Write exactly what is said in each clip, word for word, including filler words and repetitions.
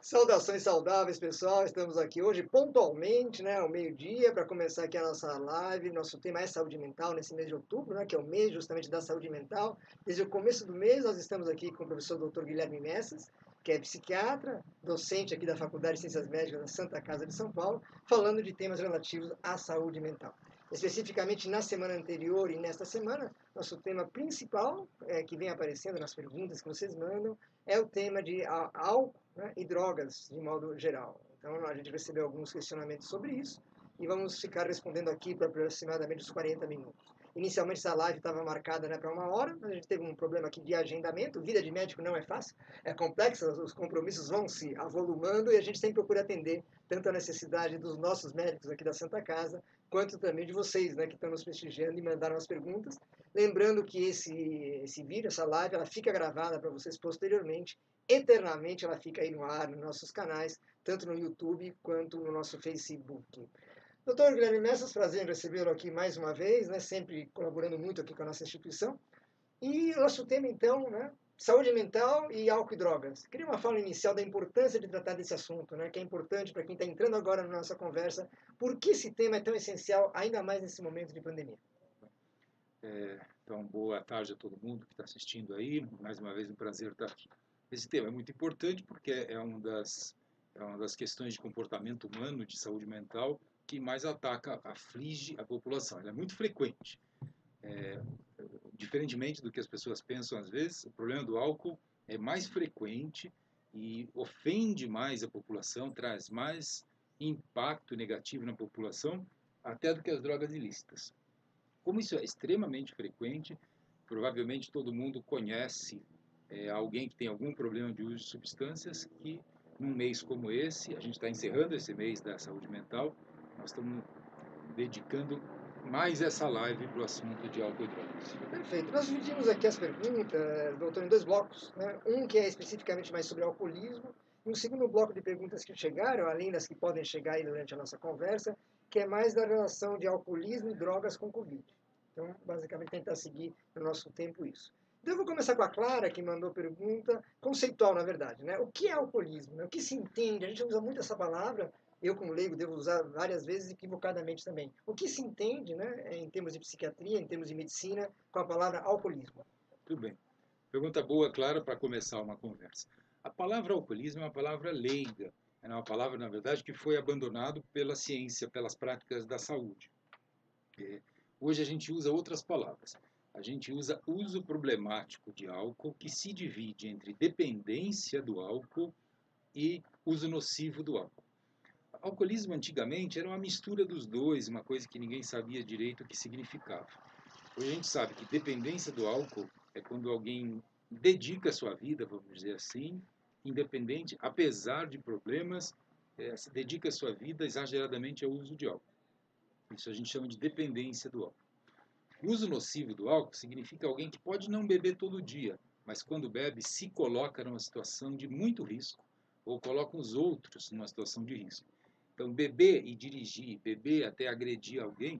Saudações saudáveis, pessoal. Estamos aqui hoje pontualmente, né, ao meio-dia, para começar aqui a nossa live. Nosso tema é saúde mental nesse mês de outubro, né, que é o mês justamente da saúde mental. Desde o começo do mês, nós estamos aqui com o professor doutor Guilherme Messas, que é psiquiatra, docente aqui da Faculdade de Ciências Médicas da Santa Casa de São Paulo, falando de temas relativos à saúde mental. Especificamente na semana anterior e nesta semana, nosso tema principal, é, que vem aparecendo nas perguntas que vocês mandam, é o tema de álcool, né, e drogas, de modo geral. Então, a gente recebeu alguns questionamentos sobre isso e vamos ficar respondendo aqui por aproximadamente uns quarenta minutos. Inicialmente, essa live estava marcada, né, para uma hora, mas a gente teve um problema aqui de agendamento. Vida de médico não é fácil, é complexa, os compromissos vão se avolumando e a gente sempre procura atender tanto a necessidade dos nossos médicos aqui da Santa Casa, quanto também de vocês, né, que estão nos prestigiando e mandaram as perguntas. Lembrando que esse, esse vídeo, essa live, ela fica gravada para vocês posteriormente, eternamente ela fica aí no ar, nos nossos canais, tanto no YouTube quanto no nosso Facebook. Doutor Guilherme Messas, prazer em recebê-lo aqui mais uma vez, né, sempre colaborando muito aqui com a nossa instituição. E o nosso tema, então, né, saúde mental e álcool e drogas. Queria uma fala inicial da importância de tratar desse assunto, né, que é importante para quem está entrando agora na nossa conversa, por que esse tema é tão essencial, ainda mais nesse momento de pandemia. É, então, boa tarde a todo mundo que está assistindo aí. Mais uma vez, um prazer estar aqui. Esse tema é muito importante porque é uma das, é uma das questões de comportamento humano, de saúde mental, que mais ataca, aflige a população. Ele é muito frequente. É, diferentemente do que as pessoas pensam às vezes, o problema do álcool é mais frequente e ofende mais a população, traz mais impacto negativo na população, até do que as drogas ilícitas. Como isso é extremamente frequente, provavelmente todo mundo conhece é, alguém que tem algum problema de uso de substâncias que, num mês como esse, a gente está encerrando esse mês da saúde mental, nós estamos dedicando mais essa live para o assunto de álcool e drogas. Perfeito. Nós dividimos aqui as perguntas, doutor, em dois blocos, né? Um que é especificamente mais sobre alcoolismo, e um segundo bloco de perguntas que chegaram, além das que podem chegar aí durante a nossa conversa, que é mais da relação de alcoolismo e drogas com Covid. Então, basicamente, tentar seguir no nosso tempo isso. Então, eu vou começar com a Clara, que mandou pergunta conceitual, na verdade, né? O que é alcoolismo? Né? O que se entende? A gente usa muito essa palavra, eu como leigo devo usar várias vezes equivocadamente também. O que se entende, né, em termos de psiquiatria, em termos de medicina, com a palavra alcoolismo? Tudo bem. Pergunta boa, Clara, para começar uma conversa. A palavra alcoolismo é uma palavra leiga, é uma palavra, na verdade, que foi abandonado pela ciência, pelas práticas da saúde. É, hoje a gente usa outras palavras. A gente usa uso problemático de álcool, que se divide entre dependência do álcool e uso nocivo do álcool. O alcoolismo antigamente era uma mistura dos dois, uma coisa que ninguém sabia direito o que significava. Hoje a gente sabe que dependência do álcool é quando alguém dedica a sua vida, vamos dizer assim, independente, apesar de problemas, é, se dedica a sua vida exageradamente ao uso de álcool. Isso a gente chama de dependência do álcool. O uso nocivo do álcool significa alguém que pode não beber todo dia, mas quando bebe se coloca numa situação de muito risco ou coloca os outros numa situação de risco. Então, beber e dirigir, beber até agredir alguém,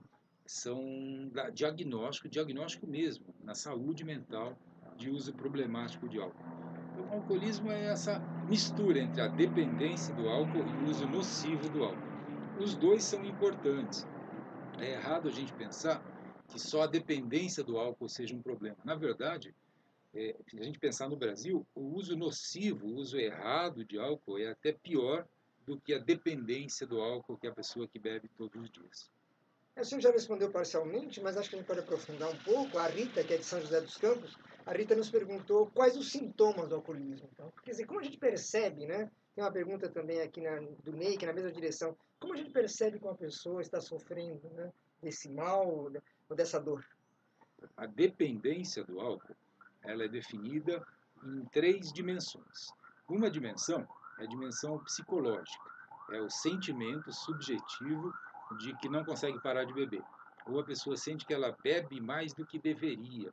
são diagnóstico, diagnóstico mesmo, na saúde mental de uso problemático de álcool. Então, o alcoolismo é essa mistura entre a dependência do álcool e o uso nocivo do álcool. Os dois são importantes. É errado a gente pensar que só a dependência do álcool seja um problema. Na verdade, é, se a gente pensar no Brasil, o uso nocivo, o uso errado de álcool é até pior do que a dependência do álcool que a pessoa que bebe todos os dias. O senhor já respondeu parcialmente, mas acho que a gente pode aprofundar um pouco. A Rita, que é de São José dos Campos, a Rita nos perguntou quais os sintomas do alcoolismo. Então, quer dizer, como a gente percebe, né? Tem uma pergunta também aqui na, do Ney, que é na mesma direção. Como a gente percebe que uma pessoa está sofrendo, né, desse mal ou dessa dor? A dependência do álcool, ela é definida em três dimensões. Uma dimensão é a dimensão psicológica, é o sentimento subjetivo de que não consegue parar de beber. Ou a pessoa sente que ela bebe mais do que deveria.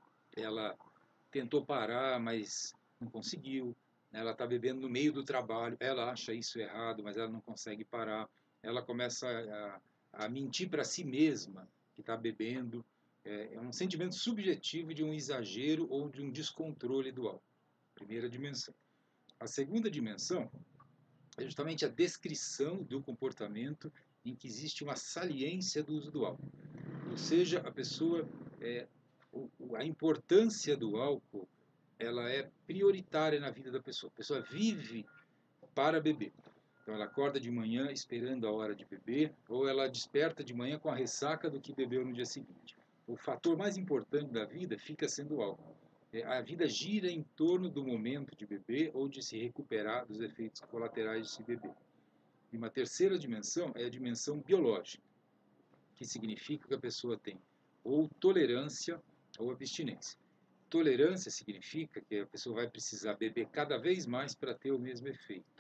Ela tentou parar, mas não conseguiu. Ela está bebendo no meio do trabalho, ela acha isso errado, mas ela não consegue parar. Ela começa a, a mentir para si mesma que está bebendo. É, é um sentimento subjetivo de um exagero ou de um descontrole do álcool. Primeira dimensão. A segunda dimensão é justamente a descrição do comportamento em que existe uma saliência do uso do álcool. Ou seja, a pessoa, é, a importância do álcool, ela é prioritária na vida da pessoa. A pessoa vive para beber. Então ela acorda de manhã esperando a hora de beber, ou ela desperta de manhã com a ressaca do que bebeu no dia seguinte. O fator mais importante da vida fica sendo o álcool. A vida gira em torno do momento de beber ou de se recuperar dos efeitos colaterais de se beber. E uma terceira dimensão é a dimensão biológica, que significa que a pessoa tem ou tolerância ou abstinência. Tolerância significa que a pessoa vai precisar beber cada vez mais para ter o mesmo efeito.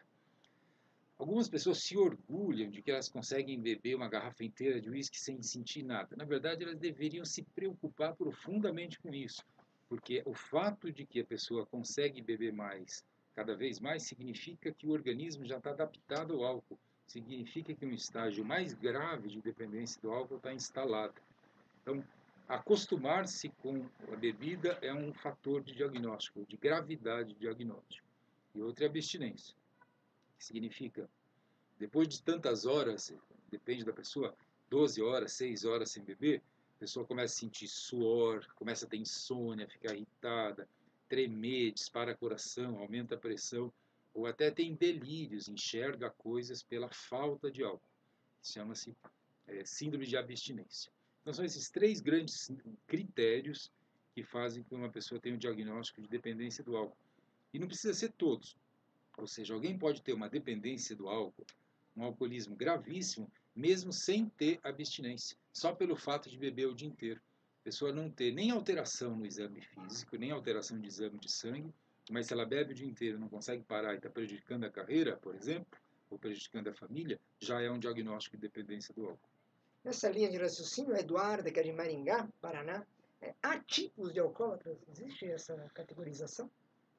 Algumas pessoas se orgulham de que elas conseguem beber uma garrafa inteira de uísque sem sentir nada. Na verdade, elas deveriam se preocupar profundamente com isso, porque o fato de que a pessoa consegue beber mais, cada vez mais, significa que o organismo já está adaptado ao álcool. Significa que um estágio mais grave de dependência do álcool está instalado. Então, acostumar-se com a bebida é um fator de diagnóstico, de gravidade de diagnóstico. E outra é a abstinência, que significa, depois de tantas horas, depende da pessoa, doze horas, seis horas sem beber, a pessoa começa a sentir suor, começa a ter insônia, ficar irritada, tremer, dispara coração, aumenta a pressão, ou até tem delírios, enxerga coisas pela falta de álcool. Chama-se é, síndrome de abstinência. Então são esses três grandes critérios que fazem com que uma pessoa tenha um diagnóstico de dependência do álcool. E não precisa ser todos. Ou seja, alguém pode ter uma dependência do álcool, um alcoolismo gravíssimo, mesmo sem ter abstinência, só pelo fato de beber o dia inteiro. A pessoa não ter nem alteração no exame físico, nem alteração de exame de sangue, mas se ela bebe o dia inteiro, não consegue parar e está prejudicando a carreira, por exemplo, ou prejudicando a família, já é um diagnóstico de dependência do álcool. Nessa linha de raciocínio, a Eduarda, que é de Maringá, Paraná, é, há tipos de alcoólatras? Existe essa categorização?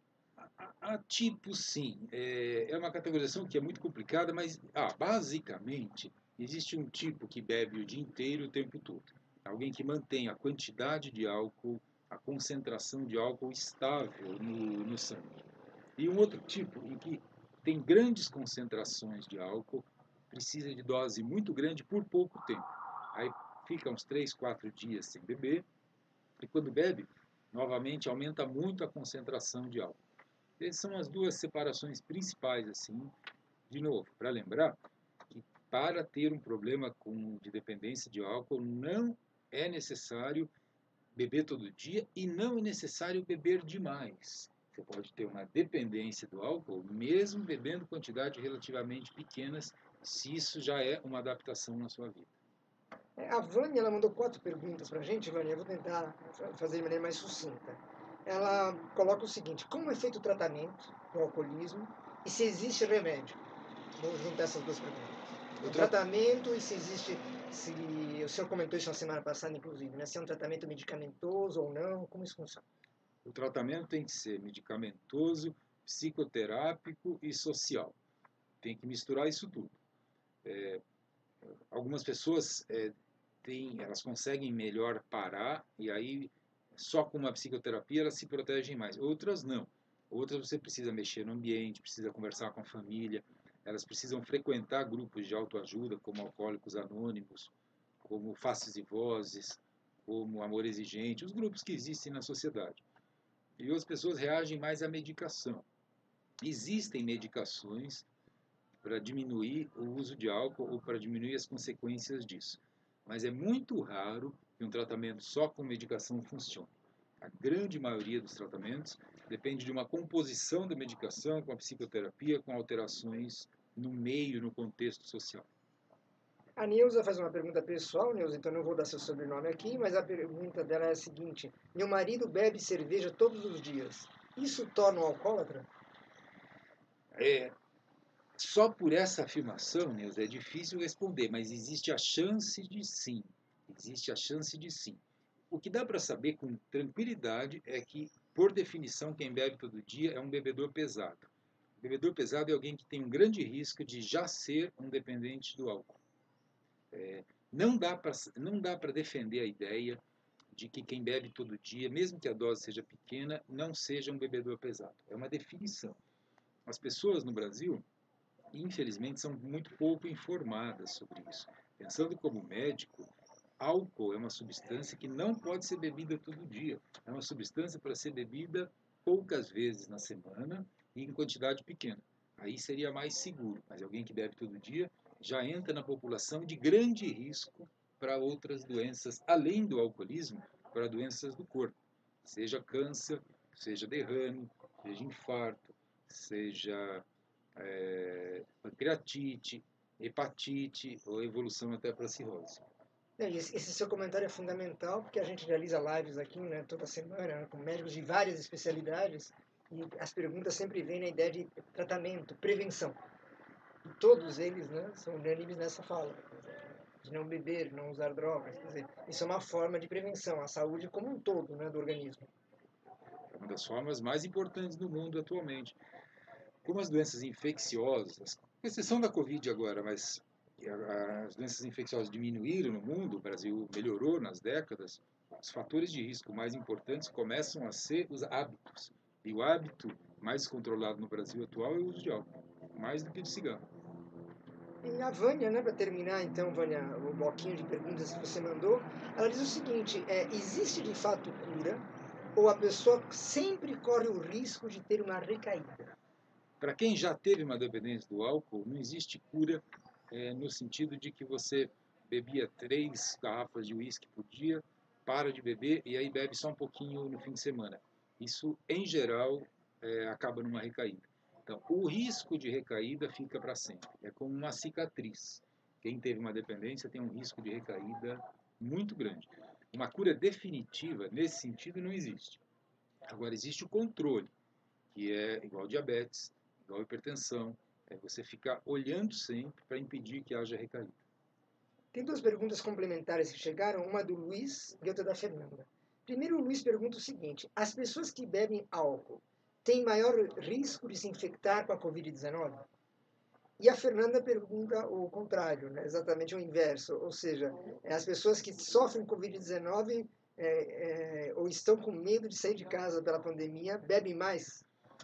Há tipos, sim. É, é uma categorização que é muito complicada, mas ah, basicamente existe um tipo que bebe o dia inteiro, o tempo todo. Alguém que mantém a quantidade de álcool, a concentração de álcool estável no, no sangue. E um outro tipo em que tem grandes concentrações de álcool, precisa de dose muito grande por pouco tempo. Aí fica uns três, quatro dias sem beber, e quando bebe, novamente aumenta muito a concentração de álcool. Essas são as duas separações principais, assim, de novo, para lembrar que para ter um problema com, de dependência de álcool, não é necessário beber todo dia e não é necessário beber demais. Você pode ter uma dependência do álcool, mesmo bebendo quantidades relativamente pequenas, se isso já é uma adaptação na sua vida. É, a Vânia, ela mandou quatro perguntas para a gente, Vânia, eu vou tentar fazer de maneira mais sucinta. Ela coloca o seguinte: como é feito o tratamento do alcoolismo e se existe remédio? Vou juntar essas duas perguntas. O, o tra... tratamento e se existe, se o senhor comentou isso na semana passada, inclusive, né? Se é um tratamento medicamentoso ou não, como isso funciona? O tratamento tem que ser medicamentoso, psicoterápico e social. Tem que misturar isso tudo. É, algumas pessoas é, têm, elas conseguem melhor parar e aí só com uma psicoterapia elas se protegem mais. Outras não. Outras você precisa mexer no ambiente, precisa conversar com a família, elas precisam frequentar grupos de autoajuda, como Alcoólicos Anônimos, como Faces e Vozes, como Amor Exigente, os grupos que existem na sociedade. E as pessoas reagem mais à medicação. Existem medicações para diminuir o uso de álcool ou para diminuir as consequências disso. Mas é muito raro que um tratamento só com medicação funcione. A grande maioria dos tratamentos depende de uma composição da medicação com a psicoterapia, com alterações no meio, no contexto social. A Neuza faz uma pergunta pessoal, Neuza, então não vou dar seu sobrenome aqui, mas a pergunta dela é a seguinte: meu marido bebe cerveja todos os dias. Isso torna um alcoólatra? É, só por essa afirmação, Neuza, é difícil responder, mas existe a chance de sim. Existe a chance de sim. O que dá para saber com tranquilidade é que, por definição, quem bebe todo dia é um bebedor pesado. O bebedor pesado é alguém que tem um grande risco de já ser um dependente do álcool. É, não dá para não dá para defender a ideia de que quem bebe todo dia, mesmo que a dose seja pequena, não seja um bebedor pesado. É uma definição. As pessoas no Brasil infelizmente, são muito pouco informadas sobre isso. Pensando como médico, álcool é uma substância que não pode ser bebida todo dia. É uma substância para ser bebida poucas vezes na semana e em quantidade pequena. Aí seria mais seguro, mas alguém que bebe todo dia já entra na população de grande risco para outras doenças, além do alcoolismo, para doenças do corpo, seja câncer, seja derrame, seja infarto, seja é, pancreatite, hepatite ou evolução até para cirrose. Esse, esse seu comentário é fundamental, porque a gente realiza lives aqui, né, toda semana, né, com médicos de várias especialidades, e as perguntas sempre vêm na ideia de tratamento, prevenção. E todos eles, né, são unânimes nessa fala, de não beber, não usar drogas. Quer dizer, isso é uma forma de prevenção, a saúde como um todo, né, do organismo. É uma das formas mais importantes do mundo atualmente. Como as doenças infecciosas, com exceção da Covid agora, mas as doenças infecciosas diminuíram no mundo, o Brasil melhorou nas décadas, os fatores de risco mais importantes começam a ser os hábitos. E o hábito mais controlado no Brasil atual é o uso de álcool, mais do que de cigarro. E a Vânia, né, para terminar então, Vânia, o bloquinho de perguntas que você mandou, ela diz o seguinte, é, existe de fato cura ou a pessoa sempre corre o risco de ter uma recaída? Para quem já teve uma dependência do álcool, não existe cura é, no sentido de que você bebia três garrafas de uísque por dia, para de beber e aí bebe só um pouquinho no fim de semana. Isso, em geral, é, acaba numa recaída. Então, o risco de recaída fica para sempre. É como uma cicatriz. Quem teve uma dependência tem um risco de recaída muito grande. Uma cura definitiva, nesse sentido, não existe. Agora, existe o controle, que é igual diabetes, igual hipertensão, é você ficar olhando sempre para impedir que haja recaída. Tem duas perguntas complementares que chegaram, uma do Luiz e outra da Fernanda. Primeiro, o Luiz pergunta o seguinte: as pessoas que bebem álcool têm maior risco de se infectar com a covid dezenove? E a Fernanda pergunta o contrário, né? Exatamente o inverso, ou seja, as pessoas que sofrem covid dezenove é, é, ou estão com medo de sair de casa pela pandemia bebem mais?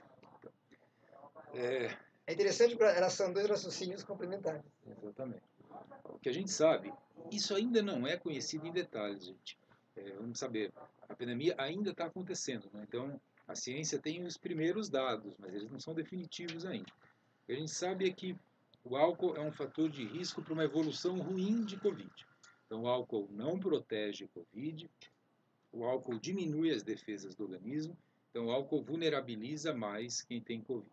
É, é interessante, elas são dois raciocínios complementares. Exatamente. O que a gente sabe, isso ainda não é conhecido em detalhes, gente. É, vamos saber, a pandemia ainda está acontecendo, né? Então a ciência tem os primeiros dados, mas eles não são definitivos ainda. O que a gente sabe é que o álcool é um fator de risco para uma evolução ruim de Covid. Então o álcool não protege Covid, o álcool diminui as defesas do organismo, então o álcool vulnerabiliza mais quem tem Covid.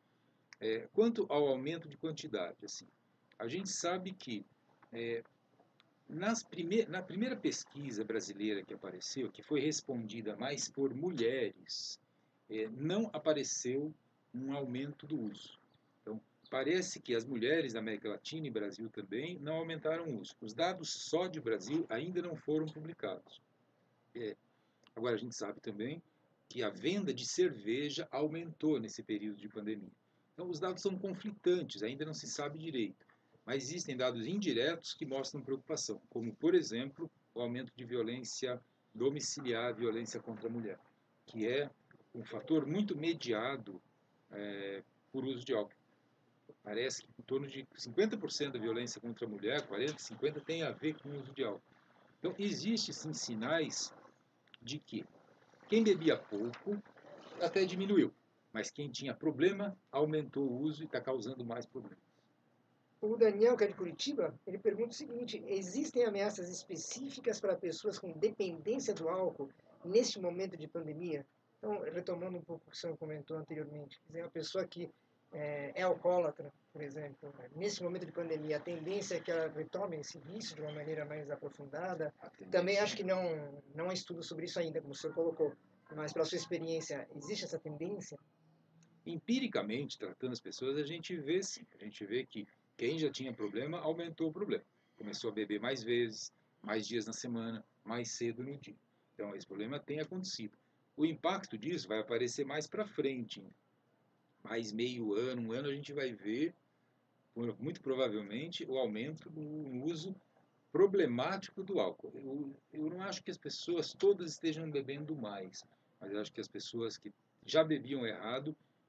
É, quanto ao aumento de quantidade, assim, a gente sabe que é, nas prime na primeira pesquisa brasileira que apareceu, que foi respondida mais por mulheres, é, não apareceu um aumento do uso. Então, parece que as mulheres da América Latina e Brasil também não aumentaram o uso. Os dados só de Brasil ainda não foram publicados. É, agora, a gente sabe também que a venda de cerveja aumentou nesse período de pandemia. Então, os dados são conflitantes, ainda não se sabe direito. Mas existem dados indiretos que mostram preocupação, como, por exemplo, o aumento de violência domiciliar, violência contra a mulher, que é um fator muito mediado é, por uso de álcool. Parece que em torno de cinquenta por cento da violência contra a mulher, quarenta por cento, cinquenta por cento, tem a ver com o uso de álcool. Então, existem sim sinais de que quem bebia pouco até diminuiu, mas quem tinha problema aumentou o uso e está causando mais problemas. O Daniel, que é de Curitiba, ele pergunta o seguinte: existem ameaças específicas para pessoas com dependência do álcool neste momento de pandemia? Então, retomando um pouco o que o senhor comentou anteriormente, quer dizer, uma pessoa que é, é alcoólatra, por exemplo, nesse momento de pandemia, a tendência é que ela retome esse vício de uma maneira mais aprofundada. Também acho que não, não há estudo sobre isso ainda, como o senhor colocou, mas pela sua experiência, existe essa tendência? Empiricamente, tratando as pessoas, a gente vê sim, a gente vê que quem já tinha problema aumentou o problema. Começou a beber mais vezes, mais dias na semana, mais cedo no dia. Então, esse problema tem acontecido. O impacto disso vai aparecer mais para frente. Mais meio ano, um ano, a gente vai ver, muito provavelmente, o aumento do uso problemático do álcool. Eu, eu não acho que as pessoas todas estejam bebendo mais, mas eu acho que as pessoas que já bebiam errado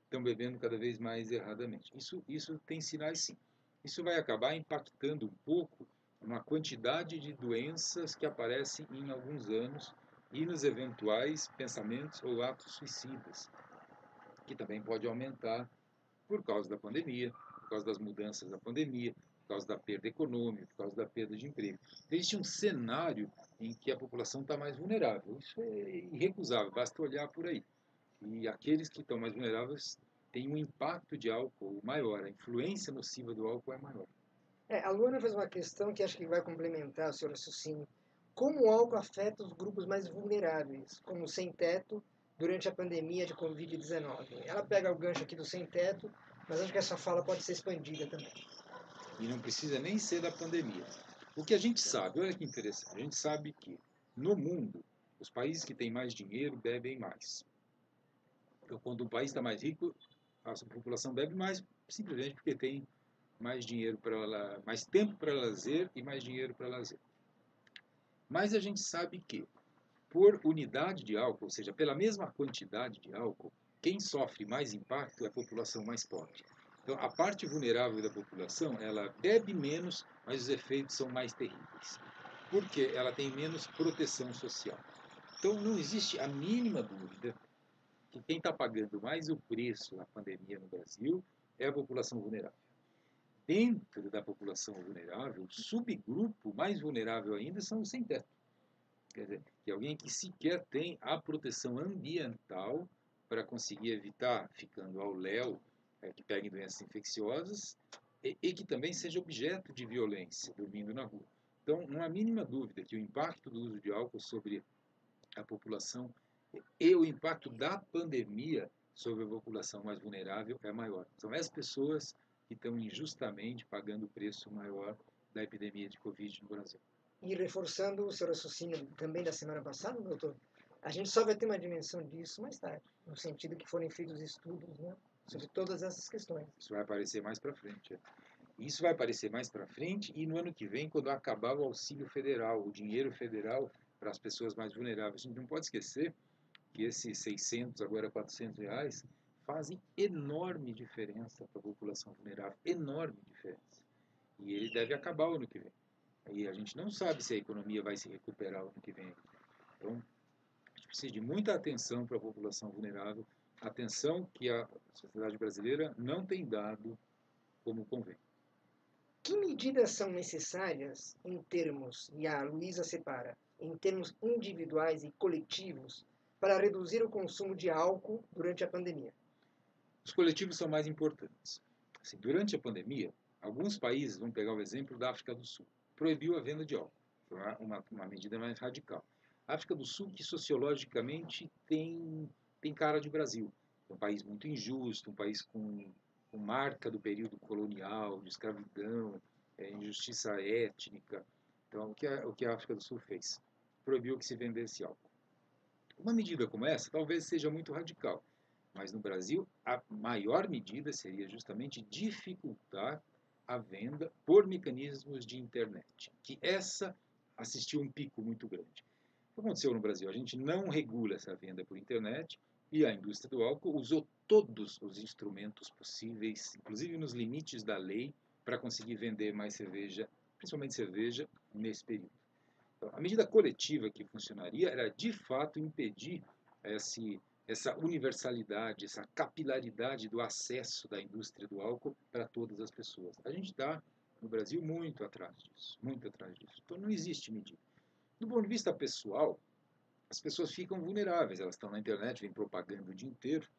estão bebendo cada vez mais erradamente. Isso, isso tem sinais, sim. Isso vai acabar impactando um pouco na quantidade de doenças que aparecem em alguns anos e nos eventuais pensamentos ou atos suicidas, que também pode aumentar por causa da pandemia, por causa das mudanças da pandemia, por causa da perda econômica, por causa da perda de emprego. Existe um cenário em que a população está mais vulnerável. Isso é irrecusável, basta olhar por aí. E aqueles que estão mais vulneráveis têm um impacto de álcool maior, a influência nociva do álcool é maior. É, a Luana fez uma questão que acho que vai complementar o seu raciocínio. Como o álcool afeta os grupos mais vulneráveis, como o sem-teto, durante a pandemia de covid dezenove? Ela pega o gancho aqui do sem-teto, mas acho que essa fala pode ser expandida também. E não precisa nem ser da pandemia. O que a gente sabe, olha que interessante, a gente sabe que no mundo, os países que têm mais dinheiro bebem mais. Então, quando um país está mais rico, a sua população bebe mais, simplesmente porque tem mais dinheiro para mais tempo para lazer e mais dinheiro para lazer. Mas a gente sabe que por unidade de álcool, ou seja, pela mesma quantidade de álcool, quem sofre mais impacto é a população mais pobre. Então, a parte vulnerável da população, ela bebe menos, mas os efeitos são mais terríveis, porque ela tem menos proteção social. Então, não existe a mínima dúvida que quem está pagando mais o preço na pandemia no Brasil é a população vulnerável. Dentro da população vulnerável, o subgrupo mais vulnerável ainda são os sem-teto. Quer dizer, que é alguém que sequer tem a proteção ambiental para conseguir evitar ficando ao léu, é, que peguem doenças infecciosas e, e que também seja objeto de violência, dormindo na rua. Então, não há mínima dúvida que o impacto do uso de álcool sobre a população e o impacto da pandemia sobre a população mais vulnerável é maior. São as pessoas que estão injustamente pagando o preço maior da epidemia de Covid no Brasil. E reforçando o seu raciocínio também da semana passada, doutor, a gente só vai ter uma dimensão disso mais tarde, no sentido que forem feitos estudos, né, sobre todas essas questões. Isso vai aparecer mais para frente. É. Isso vai aparecer mais para frente e no ano que vem, quando acabar o auxílio federal, o dinheiro federal para as pessoas mais vulneráveis. A gente não pode esquecer que esses seiscentos, agora quatrocentos reais, fazem enorme diferença para a população vulnerável, enorme diferença. E ele deve acabar o ano que vem. E a gente não sabe se a economia vai se recuperar o ano que vem. Então, a gente precisa de muita atenção para a população vulnerável, atenção que a sociedade brasileira não tem dado como convém. Que medidas são necessárias em termos, e a Luísa separa, em termos individuais e coletivos, para reduzir o consumo de álcool durante a pandemia? Os coletivos são mais importantes. Assim, durante a pandemia, alguns países, vamos pegar o exemplo da África do Sul, proibiu a venda de álcool. Foi uma, uma medida mais radical. A África do Sul, que sociologicamente tem, tem cara de Brasil. É um país muito injusto, um país com, com marca do período colonial, de escravidão, é, injustiça étnica. Então, o que, a, o que a África do Sul fez? Proibiu que se vendesse álcool. Uma medida como essa talvez seja muito radical, mas no Brasil a maior medida seria justamente dificultar a venda por mecanismos de internet, que essa assistiu um pico muito grande. O que aconteceu no Brasil? A gente não regula essa venda por internet e a indústria do álcool usou todos os instrumentos possíveis, inclusive nos limites da lei, para conseguir vender mais cerveja, principalmente cerveja, nesse período. Então, a medida coletiva que funcionaria era, de fato, impedir esse, essa universalidade, essa capilaridade do acesso da indústria do álcool para todas as pessoas. A gente está, no Brasil, muito atrás disso, muito atrás disso. Então, não existe medida. Do ponto de vista pessoal, as pessoas ficam vulneráveis. Elas estão na internet, vem propaganda o dia inteiro,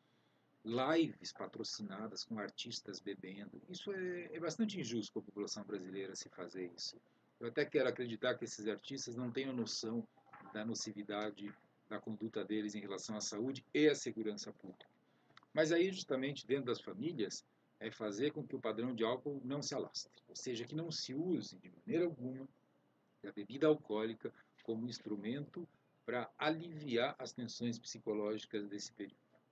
lives patrocinadas com artistas bebendo. Isso é, é bastante injusto com a população brasileira se fazer isso. Eu até quero acreditar que esses artistas não tenham noção da nocividade da conduta deles em relação à saúde e à segurança pública. Mas aí, justamente dentro das famílias, é fazer com que o padrão de álcool não se alastre. Ou seja, que não se use de maneira alguma a bebida alcoólica como instrumento para aliviar as tensões psicológicas desse período.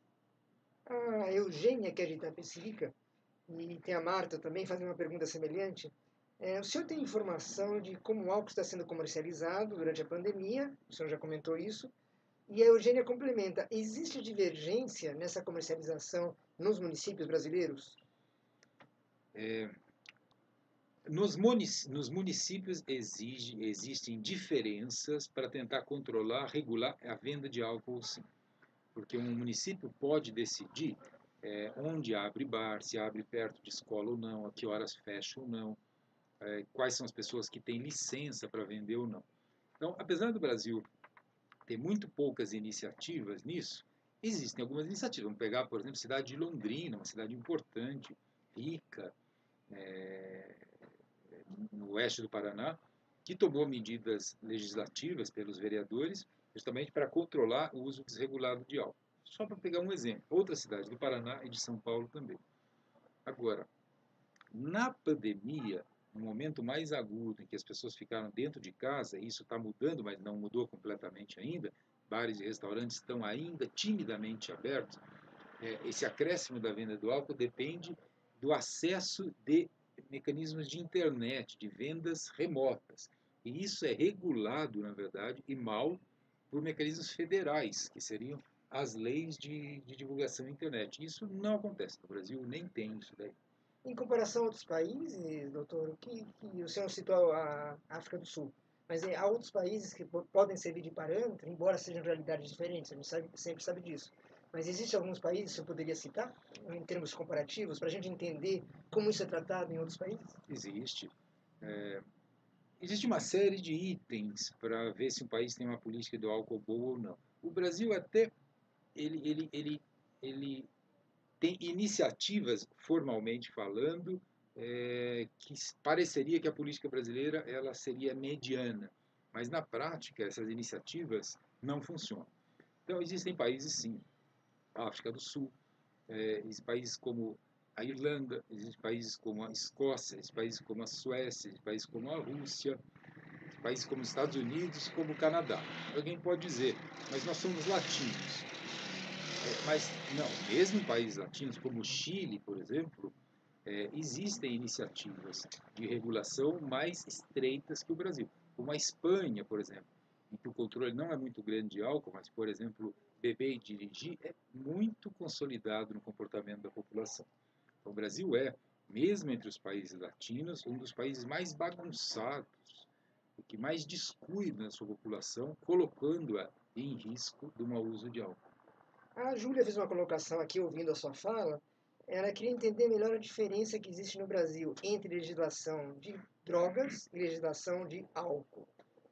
A Eugênia, que é de Itapecerica, e tem a Marta também, fazem uma pergunta semelhante. É, o senhor tem informação de como o álcool está sendo comercializado durante a pandemia? O senhor já comentou isso. E a Eugênia complementa, existe divergência nessa comercialização nos municípios brasileiros? É, nos, munic nos municípios exige, existem diferenças para tentar controlar, regular a venda de álcool, sim. Porque um município pode decidir é, onde abre bar, se abre perto de escola ou não, a que horas fecha ou não, é, quais são as pessoas que têm licença para vender ou não. Então, apesar do Brasil ter muito poucas iniciativas nisso, existem algumas iniciativas. Vamos pegar, por exemplo, a cidade de Londrina, uma cidade importante, rica, é, no oeste do Paraná, que tomou medidas legislativas pelos vereadores justamente para controlar o uso desregulado de álcool. Só para pegar um exemplo, outras cidades do Paraná e de São Paulo também. Agora, na pandemia, no momento mais agudo em que as pessoas ficaram dentro de casa, e isso está mudando, mas não mudou completamente ainda, bares e restaurantes estão ainda timidamente abertos, é, esse acréscimo da venda do álcool depende do acesso de mecanismos de internet, de vendas remotas. E isso é regulado, na verdade, e mal por mecanismos federais, que seriam as leis de, de divulgação na internet. Isso não acontece no Brasil, nem tem isso daí. Em comparação a outros países, doutor, o que, que o senhor citou a África do Sul, mas é, há outros países que podem servir de parâmetro, embora sejam realidades diferentes, a gente sabe, sempre sabe disso. Mas existem alguns países que eu poderia citar, em termos comparativos, para a gente entender como isso é tratado em outros países? Existe. É, existe uma série de itens para ver se um país tem uma política do álcool boa ou não. O Brasil até ele, ele, ele, ele tem iniciativas, formalmente falando, é, que pareceria que a política brasileira ela seria mediana, mas na prática essas iniciativas não funcionam. Então existem países sim, a África do Sul, é, existem países como a Irlanda, existem países como a Escócia, existem países como a Suécia, existem países como a Rússia, países como os Estados Unidos, como o Canadá. Alguém pode dizer, mas nós somos latinos. É, mas não, mesmo em países latinos, como o Chile, por exemplo, é, existem iniciativas de regulação mais estreitas que o Brasil. Como a Espanha, por exemplo, em que o controle não é muito grande de álcool, mas, por exemplo, beber e dirigir é muito consolidado no comportamento da população. Então, o Brasil é, mesmo entre os países latinos, um dos países mais bagunçados, o que mais descuida na sua população, colocando-a em risco do mau uso de álcool. A Júlia fez uma colocação aqui, ouvindo a sua fala. Ela queria entender melhor a diferença que existe no Brasil entre legislação de drogas e legislação de álcool.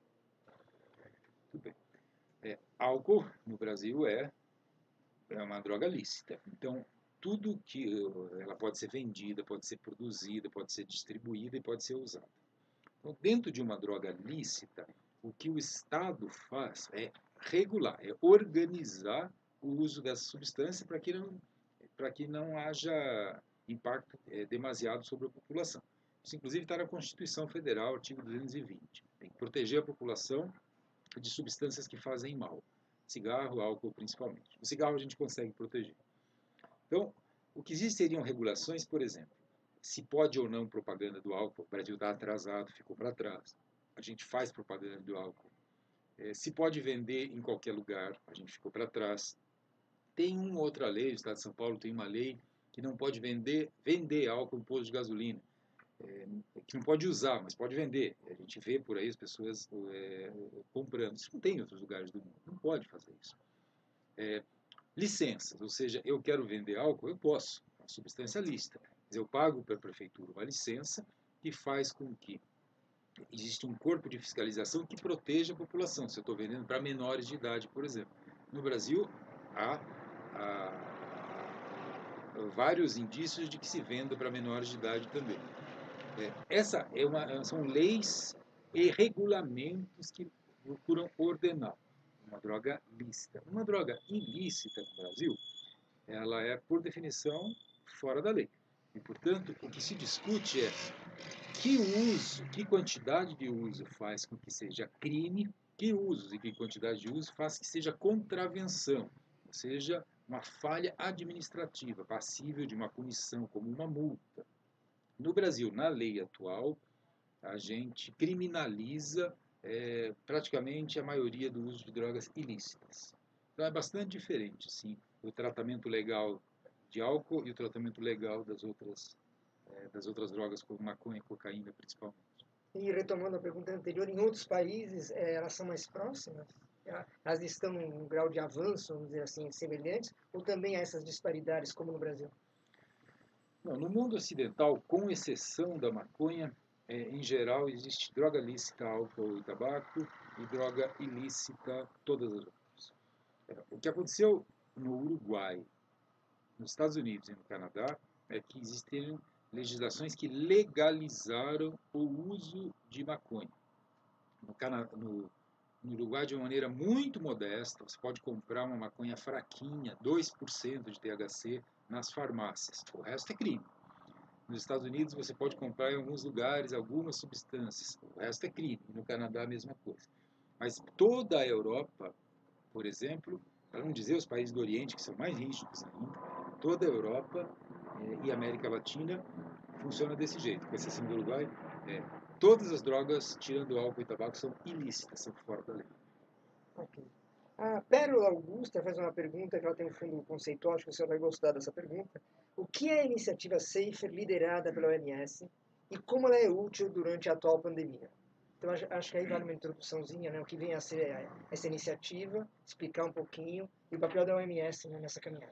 Tudo bem. É, álcool, no Brasil, é, é uma droga lícita. Então, tudo que ela pode ser vendida, pode ser produzida, pode ser distribuída e pode ser usada. Então, dentro de uma droga lícita, o que o Estado faz é regular, é organizar o uso dessa substância para que não, para que não haja impacto é, demasiado sobre a população. Isso, inclusive, está na Constituição Federal, artigo duzentos e vinte. Tem que proteger a população de substâncias que fazem mal. Cigarro, álcool, principalmente. O cigarro a gente consegue proteger. Então, o que existe seriam regulações, por exemplo, se pode ou não propaganda do álcool. O Brasil está atrasado, ficou para trás. A gente faz propaganda do álcool. É, se pode vender em qualquer lugar, a gente ficou para trás. Tem uma outra lei, o Estado de São Paulo tem uma lei que não pode vender, vender álcool em posto de gasolina. É, que não pode usar, mas pode vender. A gente vê por aí as pessoas é, comprando. Isso não tem em outros lugares do mundo. Não pode fazer isso. É, licenças, ou seja, eu quero vender álcool, eu posso. É uma substância lícita. Mas eu pago para a prefeitura uma licença que faz com que existe um corpo de fiscalização que proteja a população. Se eu estou vendendo para menores de idade, por exemplo. No Brasil, há, há, há vários indícios de que se venda para menores de idade também. É, essa é uma, são leis e regulamentos que procuram ordenar uma droga lícita. Uma droga ilícita no Brasil, ela é, por definição, fora da lei. E, portanto, o que se discute é que uso, que quantidade de uso faz com que seja crime, que usos e que quantidade de uso faz que seja contravenção, ou seja, uma falha administrativa, passível de uma punição, como uma multa. No Brasil, na lei atual, a gente criminaliza é, praticamente a maioria do uso de drogas ilícitas. Então é bastante diferente, sim, o tratamento legal de álcool e o tratamento legal das outras, é, das outras drogas, como maconha e cocaína, principalmente. E retomando a pergunta anterior, em outros países eh, elas são mais próximas? Eh, Elas estão num grau de avanço, vamos dizer assim, semelhantes? Ou também há essas disparidades, como no Brasil? Não, no mundo ocidental, com exceção da maconha, é, em geral existe droga lícita, álcool e tabaco, e droga ilícita, todas as outras. É, o que aconteceu no Uruguai, nos Estados Unidos e no Canadá é que existem legislações que legalizaram o uso de maconha. No, Cana no, no Uruguai, de uma maneira muito modesta, você pode comprar uma maconha fraquinha, dois por cento de T H C, nas farmácias. O resto é crime. Nos Estados Unidos, você pode comprar em alguns lugares algumas substâncias. O resto é crime. No Canadá, a mesma coisa. Mas toda a Europa, por exemplo, para não dizer os países do Oriente, que são mais rígidos ainda, toda a Europa eh, e América Latina funciona desse jeito, com exceção do Uruguai. É, todas as drogas, tirando álcool e tabaco, são ilícitas, são fora da lei. Ok. A Pérola Augusta faz uma pergunta que ela tem um fundo conceitual, acho que o senhor vai gostar dessa pergunta. O que é a iniciativa SAFER liderada pela O M S e como ela é útil durante a atual pandemia? Então, acho, acho que aí vale uma introduçãozinha, né, o que vem a ser a- essa iniciativa, explicar um pouquinho, e o papel da O M S, né, nessa caminhada.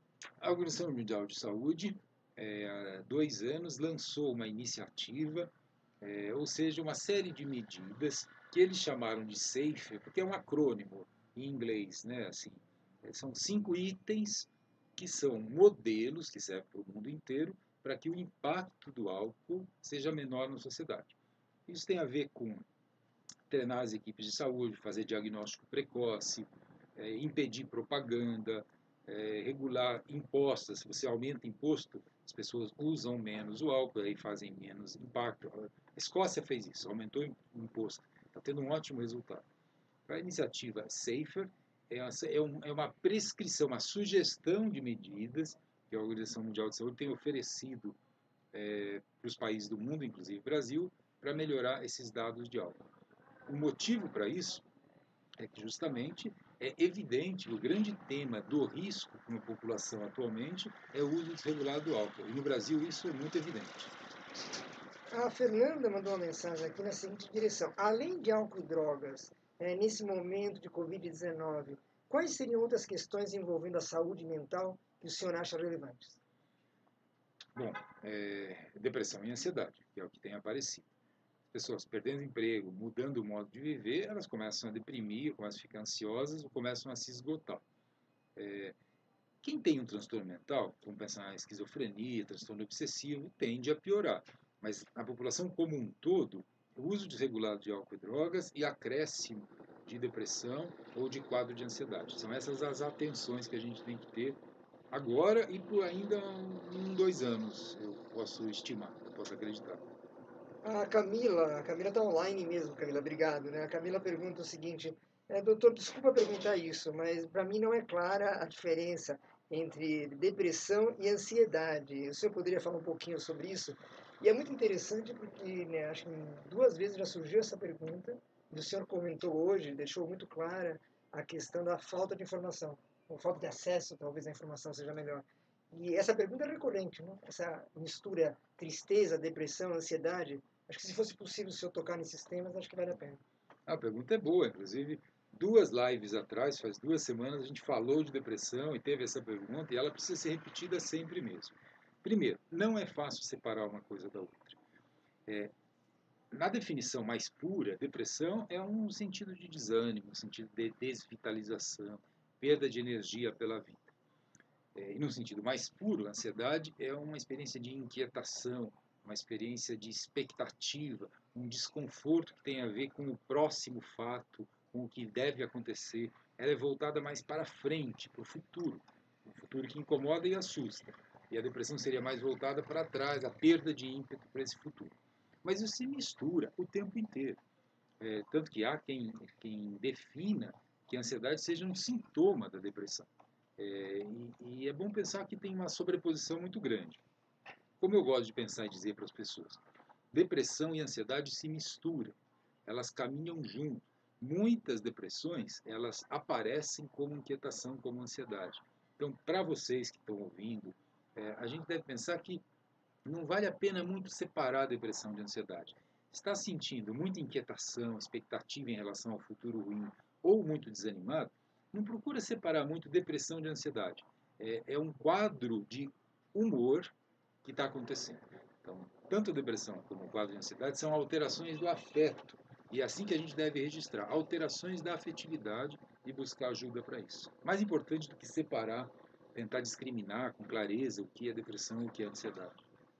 A Organização Mundial de Saúde, é, há dois anos, lançou uma iniciativa, é, ou seja, uma série de medidas que eles chamaram de SAFE, porque é um acrônimo em inglês, né? Assim, é, são cinco itens que são modelos que servem para o mundo inteiro para que o impacto do álcool seja menor na sociedade. Isso tem a ver com treinar as equipes de saúde, fazer diagnóstico precoce, é, impedir propaganda, é, regular impostos. Se você aumenta imposto, as pessoas usam menos o álcool, aí fazem menos impacto. A Escócia fez isso, aumentou o imposto, está tendo um ótimo resultado. A iniciativa SAFER é, é, um, é uma prescrição, uma sugestão de medidas que a Organização Mundial de Saúde tem oferecido é, para os países do mundo, inclusive o Brasil, para melhorar esses dados de álcool. O motivo para isso é que justamente é evidente que o grande tema do risco para a população atualmente é o uso desregulado do álcool. E no Brasil isso é muito evidente. A Fernanda mandou uma mensagem aqui na seguinte direção. Além de álcool e drogas, eh, nesse momento de covid dezenove, quais seriam outras questões envolvendo a saúde mental que o senhor acha relevantes? Bom, é, depressão e ansiedade, que é o que tem aparecido. As pessoas perdendo emprego, mudando o modo de viver, elas começam a deprimir, começam a ficar ansiosas ou começam a se esgotar. É, quem tem um transtorno mental, vamos pensar em esquizofrenia, transtorno obsessivo, tende a piorar. Mas a população como um todo, o uso desregulado de álcool e drogas e acréscimo de depressão ou de quadro de ansiedade. São essas as atenções que a gente tem que ter agora e por ainda um, dois anos, eu posso estimar, eu posso acreditar. A Camila, a Camila está online mesmo, Camila, obrigado. Né? A Camila pergunta o seguinte, é, doutor, desculpa perguntar isso, mas para mim não é clara a diferença entre depressão e ansiedade. O senhor poderia falar um pouquinho sobre isso? E é muito interessante porque, né, acho que duas vezes já surgiu essa pergunta, e o senhor comentou hoje, deixou muito clara a questão da falta de informação, ou falta de acesso, talvez a informação seja melhor. E essa pergunta é recorrente, né? Essa mistura tristeza, depressão, ansiedade. Acho que se fosse possível o senhor tocar nesses temas, acho que vale a pena. A pergunta é boa, inclusive, duas lives atrás, faz duas semanas, a gente falou de depressão e teve essa pergunta, e ela precisa ser repetida sempre mesmo. Primeiro, não é fácil separar uma coisa da outra. É, na definição mais pura, depressão é um sentido de desânimo, um sentido de desvitalização, perda de energia pela vida. É, e no sentido mais puro, a ansiedade é uma experiência de inquietação, uma experiência de expectativa, um desconforto que tem a ver com o próximo fato, com o que deve acontecer. Ela é voltada mais para frente, para o futuro, um futuro que incomoda e assusta. E a depressão seria mais voltada para trás, a perda de ímpeto para esse futuro. Mas isso se mistura o tempo inteiro. É, tanto que há quem, quem defina que a ansiedade seja um sintoma da depressão. É, e, e é bom pensar que tem uma sobreposição muito grande. Como eu gosto de pensar e dizer para as pessoas, depressão e ansiedade se misturam, elas caminham junto. muitas depressões, elas aparecem como inquietação, como ansiedade. Então, para vocês que estão ouvindo, é, a gente deve pensar que não vale a pena muito separar a depressão de ansiedade. Está sentindo muita inquietação, expectativa em relação ao futuro ruim ou muito desanimado, não procura separar muito depressão de ansiedade. É, é um quadro de humor que está acontecendo. Então, tanto a depressão como o quadro de ansiedade são alterações do afeto. E é assim que a gente deve registrar, alterações da afetividade e buscar ajuda para isso. Mais importante do que separar, tentar discriminar com clareza o que é depressão e o que é ansiedade.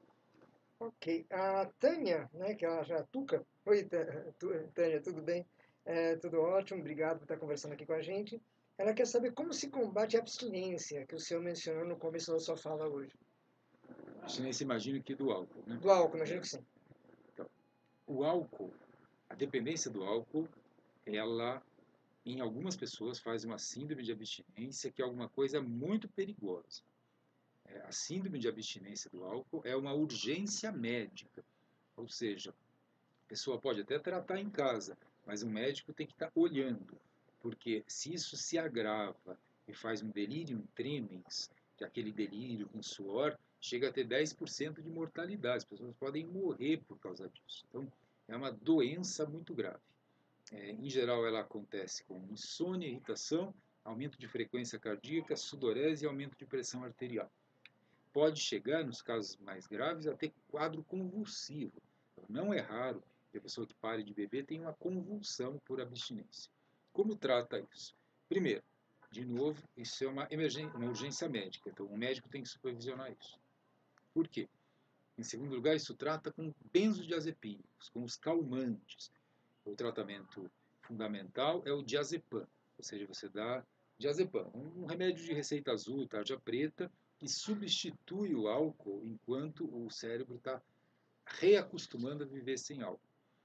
Ok. A Tânia, né, que ela já é Tuca. Oi, Tânia, tudo bem? É, tudo ótimo, obrigado por estar conversando aqui com a gente. Ela quer saber como se combate a abstinência, que o senhor mencionou no começo da sua fala hoje. Abstinência, imagino que do álcool, né? Do álcool, imagino que sim. Então, o álcool, a dependência do álcool, ela, em algumas pessoas, faz uma síndrome de abstinência, que é alguma coisa muito perigosa. É, a síndrome de abstinência do álcool é uma urgência médica, ou seja, a pessoa pode até tratar em casa, mas o médico tem que estar olhando, porque se isso se agrava e faz um delirium tremens, que é aquele delírio com suor, chega a ter dez por cento de mortalidade. As pessoas podem morrer por causa disso. Então, é uma doença muito grave. É, em geral, ela acontece com insônia, irritação, aumento de frequência cardíaca, sudorese e aumento de pressão arterial. Pode chegar, nos casos mais graves, a ter quadro convulsivo. Então, não é raro que a pessoa que pare de beber tenha uma convulsão por abstinência. Como trata isso? Primeiro, de novo, isso é uma, emergência, uma urgência médica, então o médico tem que supervisionar isso. Por quê? Em segundo lugar, isso trata com benzodiazepínicos, com os calmantes. O tratamento fundamental é o diazepam, ou seja, você dá diazepam, um remédio de receita azul, tarja preta, que substitui o álcool enquanto o cérebro está reacostumando a viver sem álcool.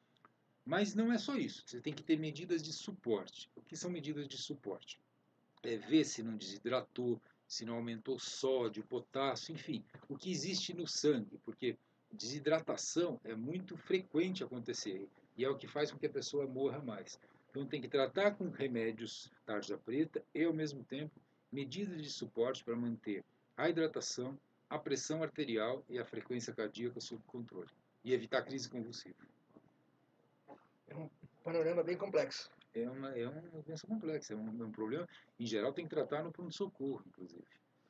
Mas não é só isso, você tem que ter medidas de suporte. O que são medidas de suporte? É ver se não desidratou, se não aumentou sódio, potássio, enfim, o que existe no sangue, porque desidratação é muito frequente acontecer e é o que faz com que a pessoa morra mais. Então tem que tratar com remédios tarja preta e, ao mesmo tempo, medidas de suporte para manter a hidratação, a pressão arterial e a frequência cardíaca sob controle e evitar crise convulsiva. É um panorama bem complexo. É uma, é uma doença complexa, é um, é um problema. Em geral, tem que tratar no pronto-socorro, inclusive.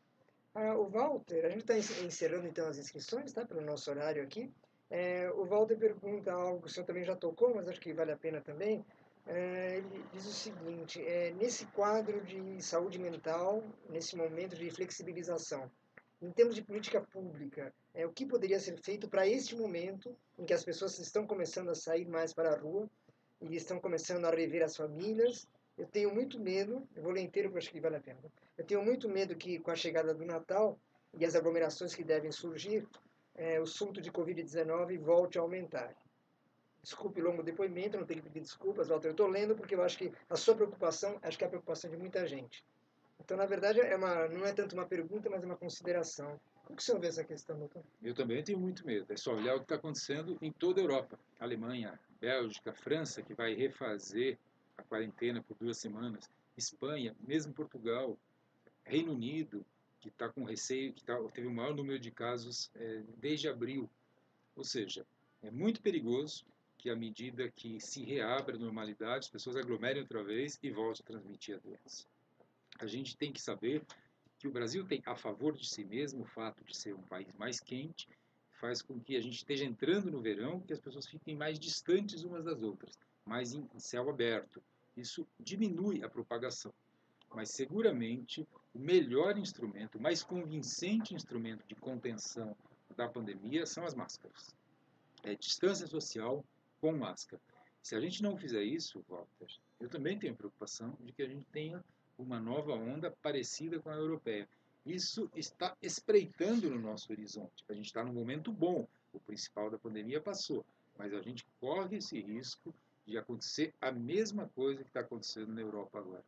Ah, o Walter, a gente está encerrando então as inscrições, tá? Pelo nosso horário aqui. É, o Walter pergunta algo que o senhor também já tocou, mas acho que vale a pena também. É, ele diz o seguinte: é, nesse quadro de saúde mental, nesse momento de flexibilização, em termos de política pública, é, o que poderia ser feito para este momento em que as pessoas estão começando a sair mais para a rua e estão começando a rever as famílias? Eu tenho muito medo, eu vou ler inteiro porque acho que vale a pena. Eu tenho muito medo que, com a chegada do Natal e as aglomerações que devem surgir, é, o surto de covid dezenove volte a aumentar. Desculpe o longo depoimento, não tenho que pedir desculpas, Walter. Eu estou lendo porque eu acho que a sua preocupação, acho que é a preocupação de muita gente. Então, na verdade, é uma, não é tanto uma pergunta, mas uma consideração. Como que o senhor vê essa questão, doutor? Eu também tenho muito medo. É só olhar o que está acontecendo em toda a Europa. Alemanha, Bélgica, França, que vai refazer a quarentena por duas semanas. Espanha, mesmo Portugal, Reino Unido, que está com receio, que tá, teve o maior número de casos é, desde abril. Ou seja, é muito perigoso que, à medida que se reabra a normalidade, as pessoas aglomerem outra vez e voltem a transmitir a doença. A gente tem que saber que o Brasil tem a favor de si mesmo o fato de ser um país mais quente, faz com que a gente esteja entrando no verão, que as pessoas fiquem mais distantes umas das outras, mais em céu aberto. Isso diminui a propagação. Mas seguramente o melhor instrumento, o mais convincente instrumento de contenção da pandemia são as máscaras. É distância social com máscara. Se a gente não fizer isso, Walter, eu também tenho preocupação de que a gente tenha uma nova onda parecida com a europeia. Isso está espreitando no nosso horizonte. A gente está num momento bom. O principal da pandemia passou. Mas a gente corre esse risco de acontecer a mesma coisa que está acontecendo na Europa agora.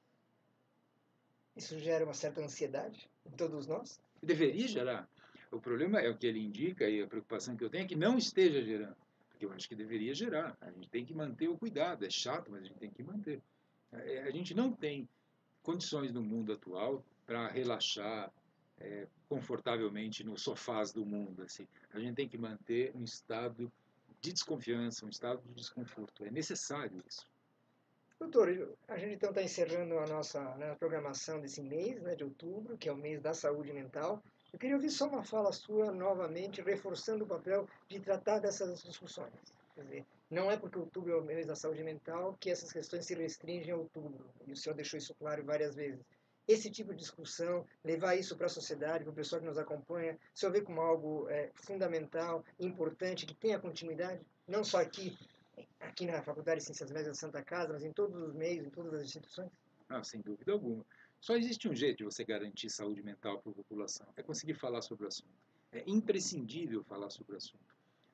Isso gera uma certa ansiedade em todos nós? Deveria gerar. O problema é o que ele indica, e a preocupação que eu tenho é que não esteja gerando. porque eu acho que deveria gerar. A gente tem que manter o cuidado. É chato, mas a gente tem que manter. É, a gente não tem condições no mundo atual para relaxar é, confortavelmente nos sofás do mundo. Assim. A gente tem que manter um estado de desconfiança, um estado de desconforto. É necessário isso. Doutor, a gente então está encerrando a nossa, né, programação desse mês, né, de outubro, que é o mês da saúde mental. Eu queria ouvir só uma fala sua novamente, reforçando o papel de tratar dessas discussões. Quer dizer, não é porque outubro é o mês da saúde mental que essas questões se restringem a outubro. E o senhor deixou isso claro várias vezes. Esse tipo de discussão, levar isso para a sociedade, para o pessoal que nos acompanha, o senhor vê como algo é, fundamental, importante, que tenha continuidade, não só aqui, aqui na Faculdade de Ciências Médicas da Santa Casa, mas em todos os meios, em todas as instituições? Ah, sem dúvida alguma. Só existe um jeito de você garantir saúde mental para a população, é conseguir falar sobre o assunto. É imprescindível falar sobre o assunto.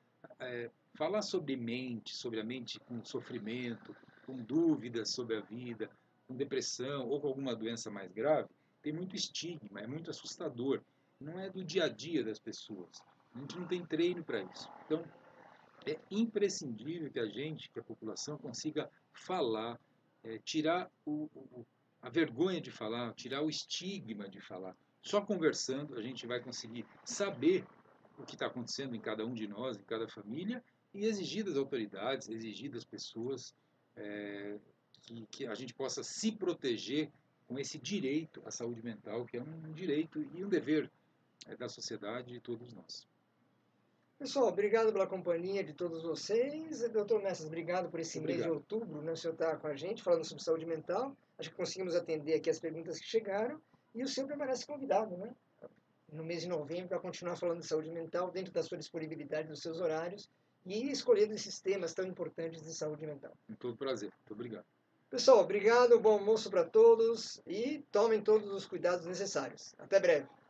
É, falar sobre mente, sobre a mente com sofrimento, com dúvidas sobre a vida, com depressão ou com alguma doença mais grave, tem muito estigma, é muito assustador. Não é do dia a dia das pessoas. A gente não tem treino para isso. Então, é imprescindível que a gente, que a população, consiga falar, é, tirar o, o, a vergonha de falar, tirar o estigma de falar. Só conversando a gente vai conseguir saber o que está acontecendo em cada um de nós, em cada família, e exigir das autoridades, exigir das pessoas é, que, que a gente possa se proteger com esse direito à saúde mental, que é um direito e um dever é, da sociedade de todos nós. Pessoal, obrigado pela companhia de todos vocês. Doutor Messas, obrigado por esse Obrigado. mês de outubro, né? O senhor está com a gente falando sobre saúde mental. Acho que conseguimos atender aqui as perguntas que chegaram e o senhor permanece convidado, né? No mês de novembro, para continuar falando de saúde mental dentro da sua disponibilidade, dos seus horários e escolhendo esses temas tão importantes de saúde mental. Com todo prazer. Muito obrigado. Pessoal, obrigado, bom almoço para todos e tomem todos os cuidados necessários. Até breve.